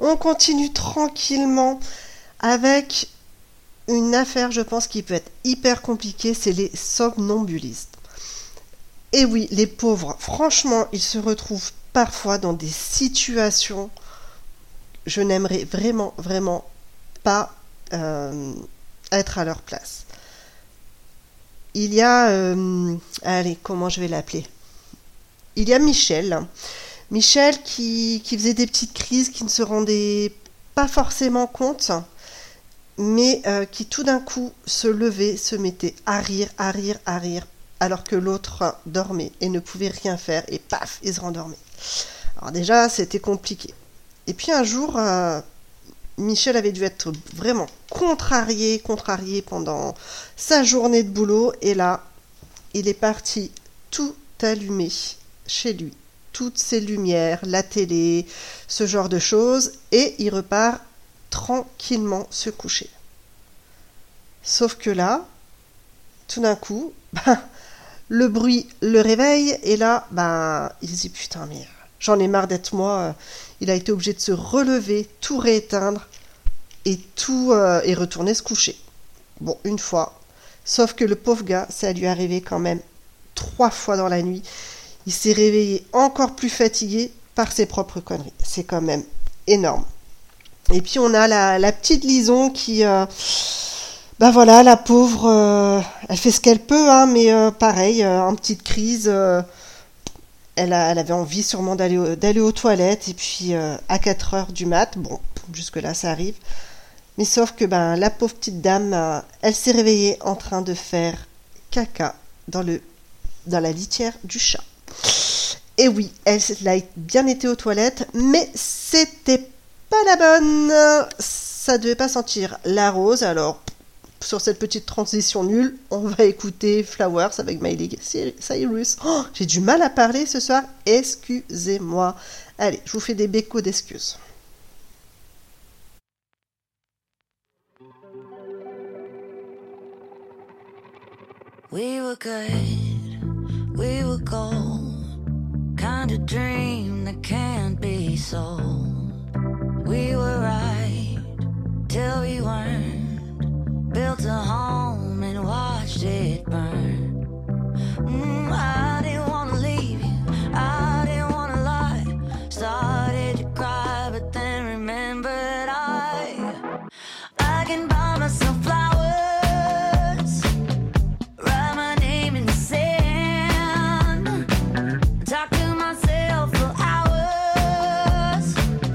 on continue tranquillement avec une affaire, je pense, qui peut être hyper compliquée, c'est les somnambulistes. Et oui, les pauvres, franchement, ils se retrouvent parfois dans des situations, je n'aimerais vraiment, vraiment pas euh, être à leur place. Il y a, euh, allez, comment je vais l'appeler ? Il y a Michel, Michel qui, qui faisait des petites crises, qui ne se rendait pas forcément compte, mais euh, qui tout d'un coup se levait, se mettait à rire, à rire, à rire, alors que l'autre dormait et ne pouvait rien faire, et paf, il se rendormait. Alors déjà, c'était compliqué. Et puis un jour, euh, Michel avait dû être vraiment contrarié, contrarié pendant sa journée de boulot, et là, il est parti tout allumer chez lui, toutes ses lumières, la télé, ce genre de choses, et il repart tranquillement se coucher. Sauf que là, tout d'un coup, ben, le bruit le réveille, et là, ben, il se dit putain, mais j'en ai marre d'être moi. Il a été obligé de se relever, tout rééteindre, et tout euh, et retourner se coucher. Bon, une fois. Sauf que le pauvre gars, ça lui est arrivé quand même trois fois dans la nuit. Il s'est réveillé encore plus fatigué par ses propres conneries. C'est quand même énorme. Et puis on a la, la petite Lison qui... Euh, ben voilà, la pauvre, euh, elle fait ce qu'elle peut, hein, mais euh, pareil, euh, en petite crise, euh, elle, a, elle avait envie sûrement d'aller, d'aller aux toilettes, et puis euh, à quatre heures du mat, bon, jusque-là ça arrive, mais sauf que ben la pauvre petite dame, euh, elle s'est réveillée en train de faire caca dans, le, dans la litière du chat. Et oui, elle a bien été aux toilettes, mais c'était pas la bonne, ça devait pas sentir la rose. Alors sur cette petite transition nulle, on va écouter Flowers avec Miley Cyrus. Oh, j'ai du mal à parler ce soir, excusez-moi. Allez, je vous fais des bécos d'excuses. We were good, we were gold, kind of dream that can't be sold. We were right till we weren't. Built a home and watched it burn. Mm, I didn't want to leave you, I didn't want to lie. Started to cry, but then remembered I I can buy myself flowers, write my name in the sand, talk to myself for hours.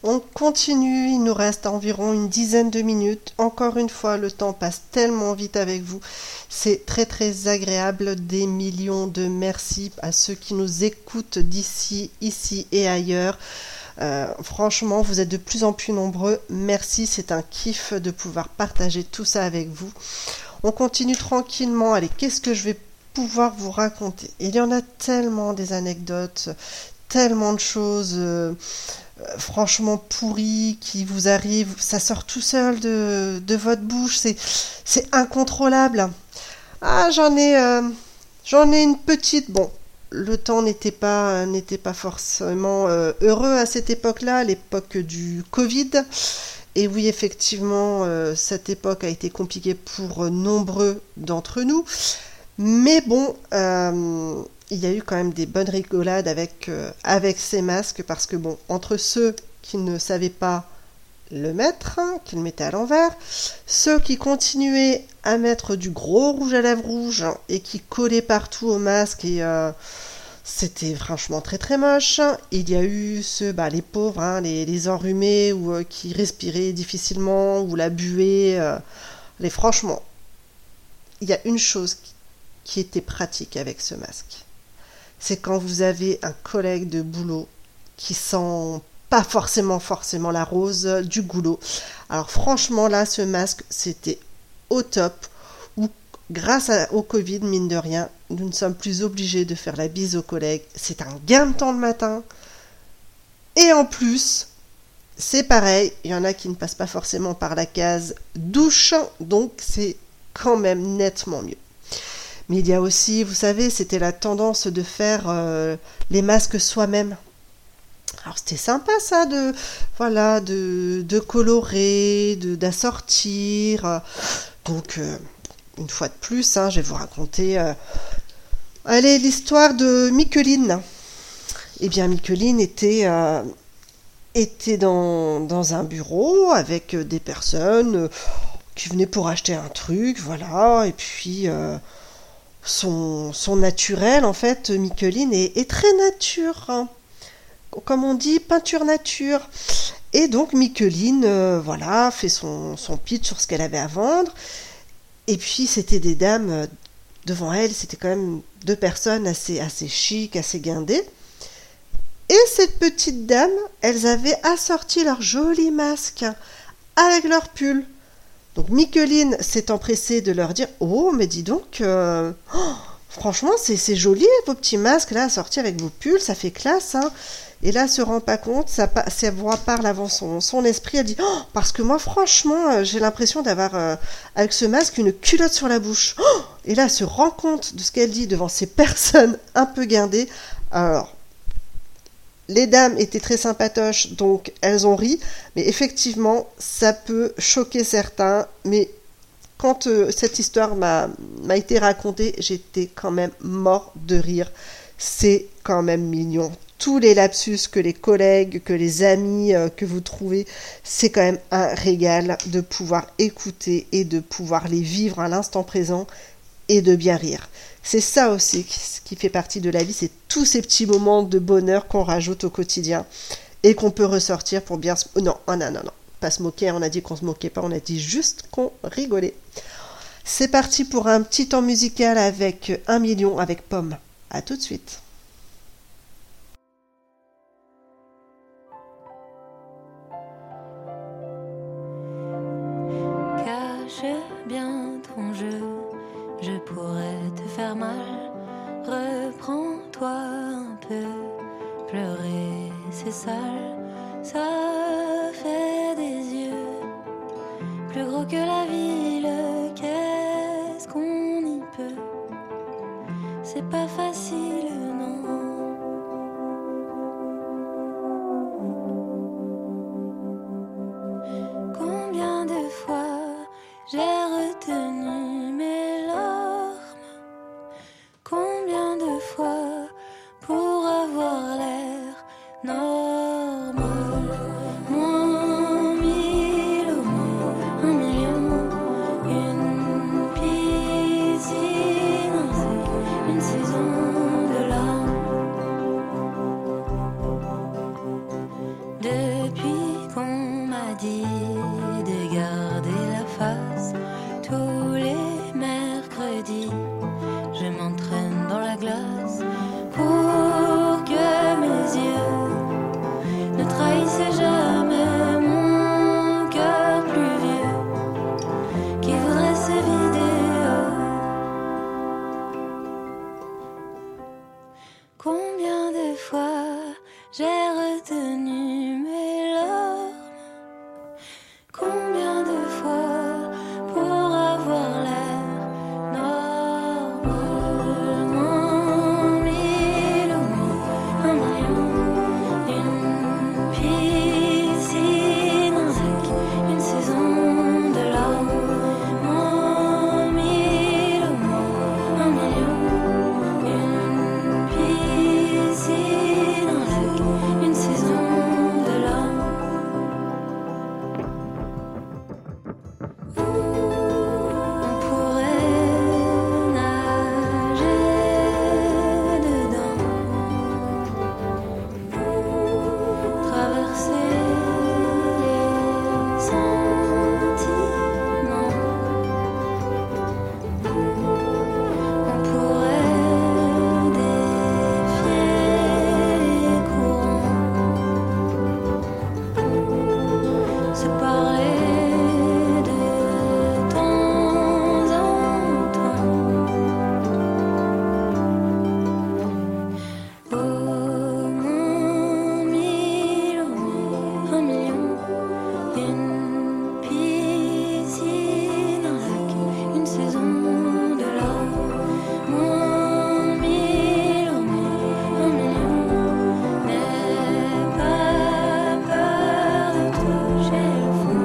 on continue, il nous reste environ une dizaine de minutes. Encore une fois, le temps passe tellement vite avec vous. C'est très très agréable. Des millions de merci à ceux qui nous écoutent d'ici, ici et ailleurs. Euh, franchement, vous êtes de plus en plus nombreux. Merci, c'est un kiff de pouvoir partager tout ça avec vous. On continue tranquillement. Allez, qu'est-ce que je vais pouvoir vous raconter? Il y en a tellement des anecdotes, tellement de choses euh, euh, franchement pourries qui vous arrivent. Ça sort tout seul de, de votre bouche. C'est, c'est incontrôlable. Ah, j'en ai, euh, j'en ai une petite. Bon, le temps n'était pas, n'était pas forcément euh, heureux à cette époque-là, l'époque du Covid. Et oui, effectivement, euh, cette époque a été compliquée pour euh, nombreux d'entre nous. Mais bon, euh, il y a eu quand même des bonnes rigolades avec, euh, avec ces masques, parce que bon, entre ceux qui ne savaient pas le mettre, hein, qui le mettaient à l'envers, ceux qui continuaient à mettre du gros rouge à lèvres rouge hein, et qui collaient partout au masque, et euh, c'était franchement très très moche. Il y a eu ceux, bah, les pauvres, hein, les, les enrhumés, ou euh, qui respiraient difficilement, ou la buée. Euh, les, franchement, il y a une chose qui qui était pratique avec ce masque. C'est quand vous avez un collègue de boulot qui sent pas forcément forcément la rose du goulot. Alors franchement là, ce masque, c'était au top. Ou grâce à, au Covid, mine de rien, nous ne sommes plus obligés de faire la bise aux collègues. C'est un gain de temps le matin. Et en plus, c'est pareil, il y en a qui ne passent pas forcément par la case douche, donc c'est quand même nettement mieux. Mais il y a aussi, vous savez, c'était la tendance de faire euh, les masques soi-même. Alors c'était sympa ça, de voilà, de, de colorer, de d'assortir. Donc euh, une fois de plus, hein, je vais vous raconter, euh, allez, l'histoire de Micheline. Eh bien, Micheline était euh, était dans dans un bureau avec des personnes euh, qui venaient pour acheter un truc, voilà, et puis. Euh, Son, son naturel, en fait, Micheline est, est très nature, hein. Comme on dit, peinture nature. Et donc Micheline, euh, voilà, fait son, son pitch sur ce qu'elle avait à vendre. Et puis c'était des dames euh, devant elle, c'était quand même deux personnes assez, assez chic, assez guindées. Et cette petite dame, elles avaient assorti leur joli masque avec leur pull. Donc Micheline s'est empressée de leur dire « Oh, mais dis donc, euh, oh, franchement, c'est, c'est joli, vos petits masques là, assortis avec vos pulls, ça fait classe. Hein. » Et là, elle se rend pas compte, sa, sa voix parle avant son, son esprit, elle dit oh, « Parce que moi, franchement, j'ai l'impression d'avoir, euh, avec ce masque, une culotte sur la bouche. Oh » Et là, elle se rend compte de ce qu'elle dit devant ces personnes un peu guindées. Alors, les dames étaient très sympatoches, donc elles ont ri, mais effectivement, ça peut choquer certains. Mais quand euh, cette histoire m'a, m'a été racontée, j'étais quand même mort de rire. C'est quand même mignon. Tous les lapsus que les collègues, que les amis euh, que vous trouvez, c'est quand même un régal de pouvoir écouter et de pouvoir les vivre à l'instant présent et de bien rire. C'est ça aussi qui fait partie de la vie, c'est tous ces petits moments de bonheur qu'on rajoute au quotidien et qu'on peut ressortir pour bien se... Non, oh non, non, non, pas se moquer, on a dit qu'on se moquait pas, on a dit juste qu'on rigolait. C'est parti pour un petit temps musical avec un million avec Pomme. À tout de suite. Cache bien ton jeu, je pourrais te faire mal. Reprends-toi un peu, pleurer c'est sale, ça fait des yeux plus gros que la ville. Qu'est-ce qu'on y peut? C'est pas facile, non. Combien de fois j'ai retenu mes larmes? Combien de fois pour avoir l'air normal? Moins mille au moins un million. Une piscine, une saison de larmes. dit, je m'entraîne dans la glace pour que mes yeux ne trahissaient jamais mon cœur plus vieux qui voudrait s'évider. Combien de fois j'ai retenu mes larmes, combien de fois pour avoir l'air normalement, mille ou un million, une piscine, un lac, une saison de larmes, mille ou un million, une piscine, un lac, une saison de larmes. On pourrait nager dedans, traverser les sentiments. On pourrait défier les courants, se parler de temps en temps. Oh mon mille, un million, une piscine, un lac, une saison de larmes. Mon mille, un million, n'aie pas peur de toucher le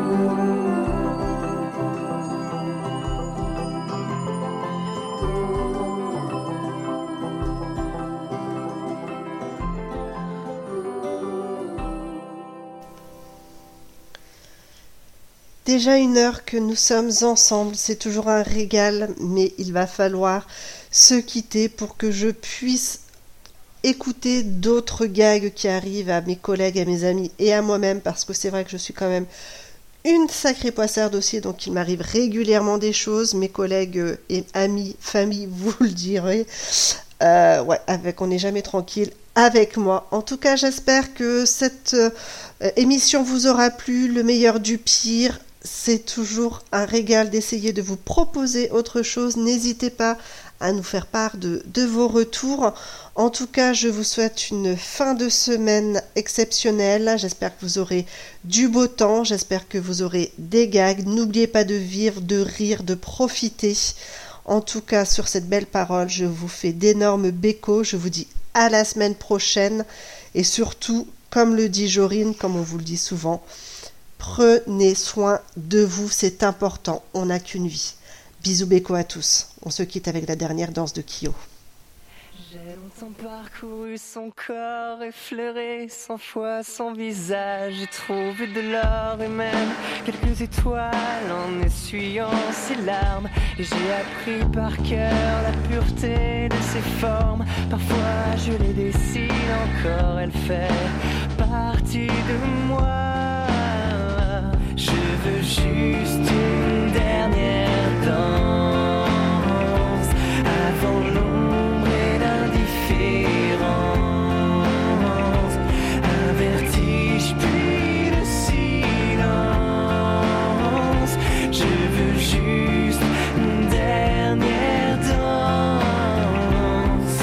Déjà une heure que nous sommes ensemble, c'est toujours un régal, mais il va falloir se quitter pour que je puisse écouter d'autres gags qui arrivent à mes collègues, à mes amis et à moi-même, parce que c'est vrai que je suis quand même une sacrée poissarde dossier, donc il m'arrive régulièrement des choses. Mes collègues euh, et amis, famille, vous le direz. Euh, ouais, avec, on n'est jamais tranquille avec moi. En tout cas, j'espère que cette euh, émission vous aura plu. Le meilleur du pire, c'est toujours un régal d'essayer de vous proposer autre chose. N'hésitez pas à nous faire part de, de vos retours. En tout cas, je vous souhaite une fin de semaine exceptionnelle. J'espère que vous aurez du beau temps. J'espère que vous aurez des gags. N'oubliez pas de vivre, de rire, de profiter. En tout cas, sur cette belle parole, je vous fais d'énormes bécos. Je vous dis à la semaine prochaine. Et surtout, comme le dit Jorine, comme on vous le dit souvent, prenez soin de vous, c'est important. On n'a qu'une vie. Bisous bécos à tous. On se quitte avec la dernière danse de Kyo. J'ai longtemps parcouru son corps, effleuré cent fois son visage. J'ai trouvé de l'or et même quelques étoiles en essuyant ses larmes. Et j'ai appris par cœur la pureté de ses formes. Parfois je les dessine encore, elle fait partie de moi. Je veux juste une dernière danse avant l'ombre et l'indifférence. Un vertige puis le silence. Je veux juste une dernière danse.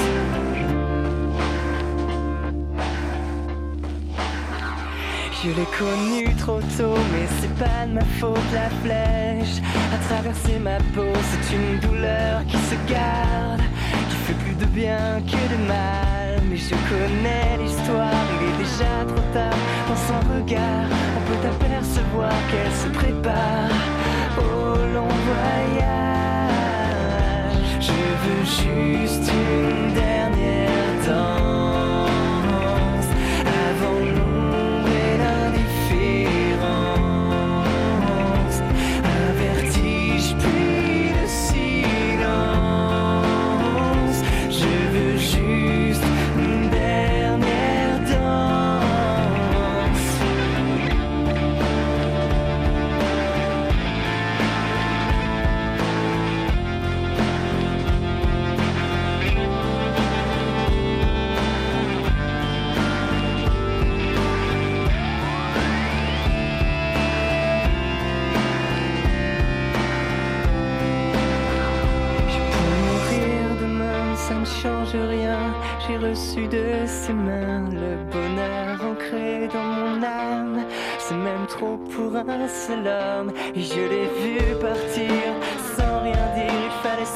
Je l'ai connue trop tôt, mais c'est pas de ma faute. La flèche a traversé ma peau, c'est une douleur qui se garde, qui fait plus de bien que de mal. Mais je connais l'histoire, il est déjà trop tard. Dans son regard, on peut apercevoir qu'elle se prépare au long voyage. Je veux juste une dernière danse avant l'ombre et l'indifférence. Un vertige puis le silence. Je veux juste une dernière danse. J'ai reçu de ses mains le bonheur ancré dans mon âme. C'est même trop pour un seul homme. Et je l'ai vu partir sans rien dire. Il fallait